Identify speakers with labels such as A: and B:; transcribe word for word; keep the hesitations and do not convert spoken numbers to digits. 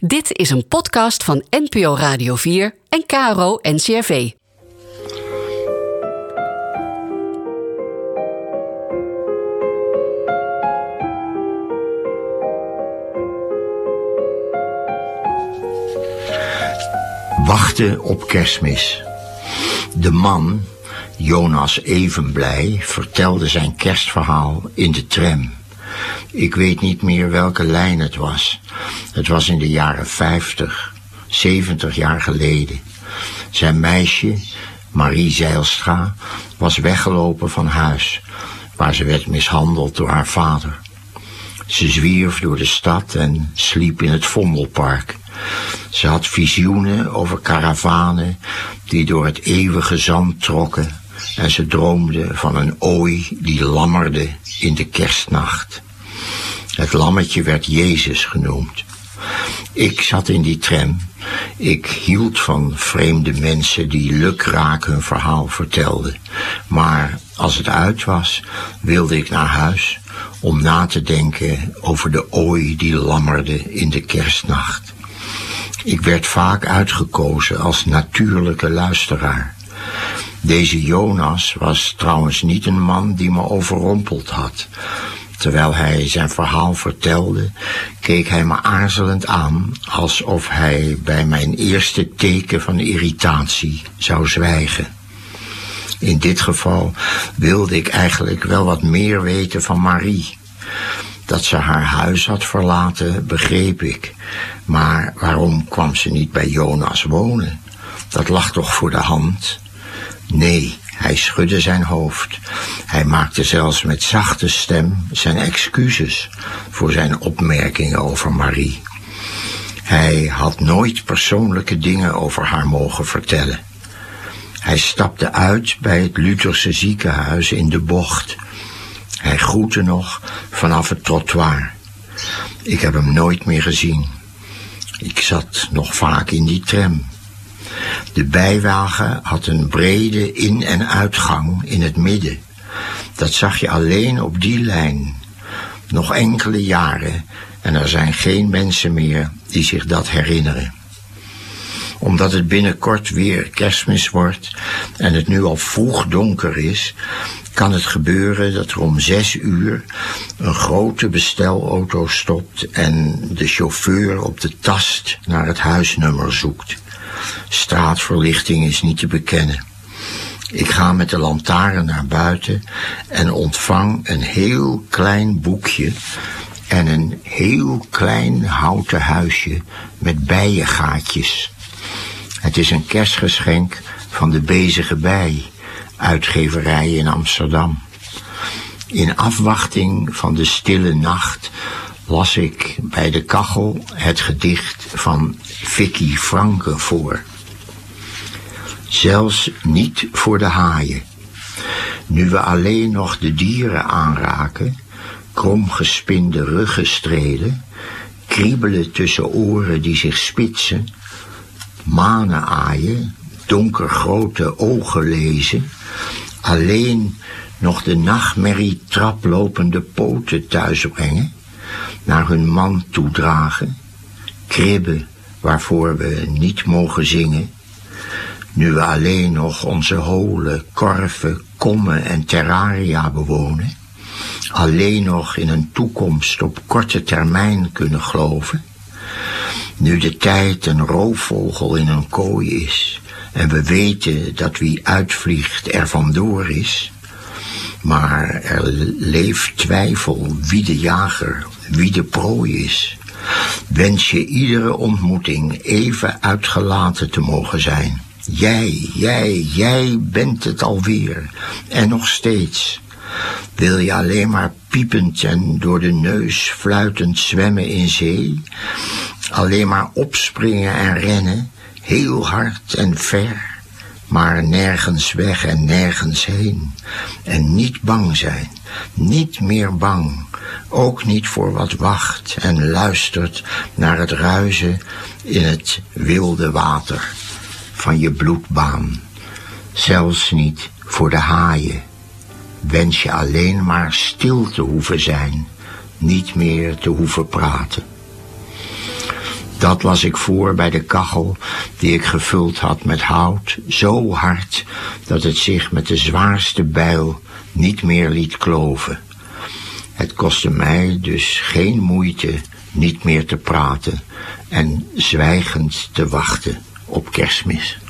A: Dit is een podcast van N P O Radio vier en K R O N C R V.
B: Wachten op Kerstmis. De man, Jonas Evenblij, vertelde zijn kerstverhaal in de tram. Ik weet niet meer welke lijn het was. Het was in de jaren vijftig, zeventig jaar geleden. Zijn meisje, Marie Zijlstra, was weggelopen van huis, waar ze werd mishandeld door haar vader. Ze zwierf door de stad en sliep in het Vondelpark. Ze had visioenen over karavanen die door het eeuwige zand trokken en ze droomde van een ooi die lammerde in de kerstnacht. Het lammetje werd Jezus genoemd. Ik zat in die tram. Ik hield van vreemde mensen die lukraak hun verhaal vertelden. Maar als het uit was, wilde ik naar huis om na te denken over de ooi die lammerde in de kerstnacht. Ik werd vaak uitgekozen als natuurlijke luisteraar. Deze Jonas was trouwens niet een man die me overrompeld had. Terwijl hij zijn verhaal vertelde, keek hij me aarzelend aan, alsof hij bij mijn eerste teken van irritatie zou zwijgen. In dit geval wilde ik eigenlijk wel wat meer weten van Marie. Dat ze haar huis had verlaten, begreep ik. Maar waarom kwam ze niet bij Jonas wonen? Dat lag toch voor de hand? Nee, hij schudde zijn hoofd. Hij maakte zelfs met zachte stem zijn excuses voor zijn opmerkingen over Marie. Hij had nooit persoonlijke dingen over haar mogen vertellen. Hij stapte uit bij het Lutherse ziekenhuis in de bocht. Hij groette nog vanaf het trottoir. Ik heb hem nooit meer gezien. Ik zat nog vaak in die tram. De bijwagen had een brede in- en uitgang in het midden. Dat zag je alleen op die lijn. Nog enkele jaren en er zijn geen mensen meer die zich dat herinneren. Omdat het binnenkort weer Kerstmis wordt en het nu al vroeg donker is, kan het gebeuren dat er om zes uur een grote bestelauto stopt en de chauffeur op de tast naar het huisnummer zoekt. Straatverlichting is niet te bekennen. Ik ga met de lantaarn naar buiten en ontvang een heel klein boekje en een heel klein houten huisje met bijengaatjes. Het is een kerstgeschenk van de Bezige Bij, uitgeverij in Amsterdam. In afwachting van de stille nacht las ik bij de kachel het gedicht van Vicky Franke voor. Zelfs niet voor de haaien. Nu we alleen nog de dieren aanraken, kromgespinde ruggen strelen, kriebelen tussen oren die zich spitsen, manen aaien, donkergrote ogen lezen, alleen nog de nachtmerrie traplopende poten thuisbrengen, naar hun man toedragen, kribben waarvoor we niet mogen zingen, nu we alleen nog onze holen, korven, kommen en terraria bewonen, alleen nog in een toekomst op korte termijn kunnen geloven, nu de tijd een roofvogel in een kooi is en we weten dat wie uitvliegt er vandoor is, maar er leeft twijfel wie de jager, wie de prooi is, wens je iedere ontmoeting even uitgelaten te mogen zijn. Jij, jij, jij bent het alweer en nog steeds. Wil je alleen maar piepend en door de neus fluitend zwemmen in zee? Alleen maar opspringen en rennen, heel hard en ver, maar nergens weg en nergens heen. En niet bang zijn, niet meer bang, ook niet voor wat wacht en luistert naar het ruisen in het wilde water van je bloedbaan. Zelfs niet voor de haaien. Wens je alleen maar stil te hoeven zijn, niet meer te hoeven praten. Dat las ik voor bij de kachel die ik gevuld had met hout, zo hard dat het zich met de zwaarste bijl niet meer liet kloven. Het kostte mij dus geen moeite niet meer te praten en zwijgend te wachten op Kerstmis.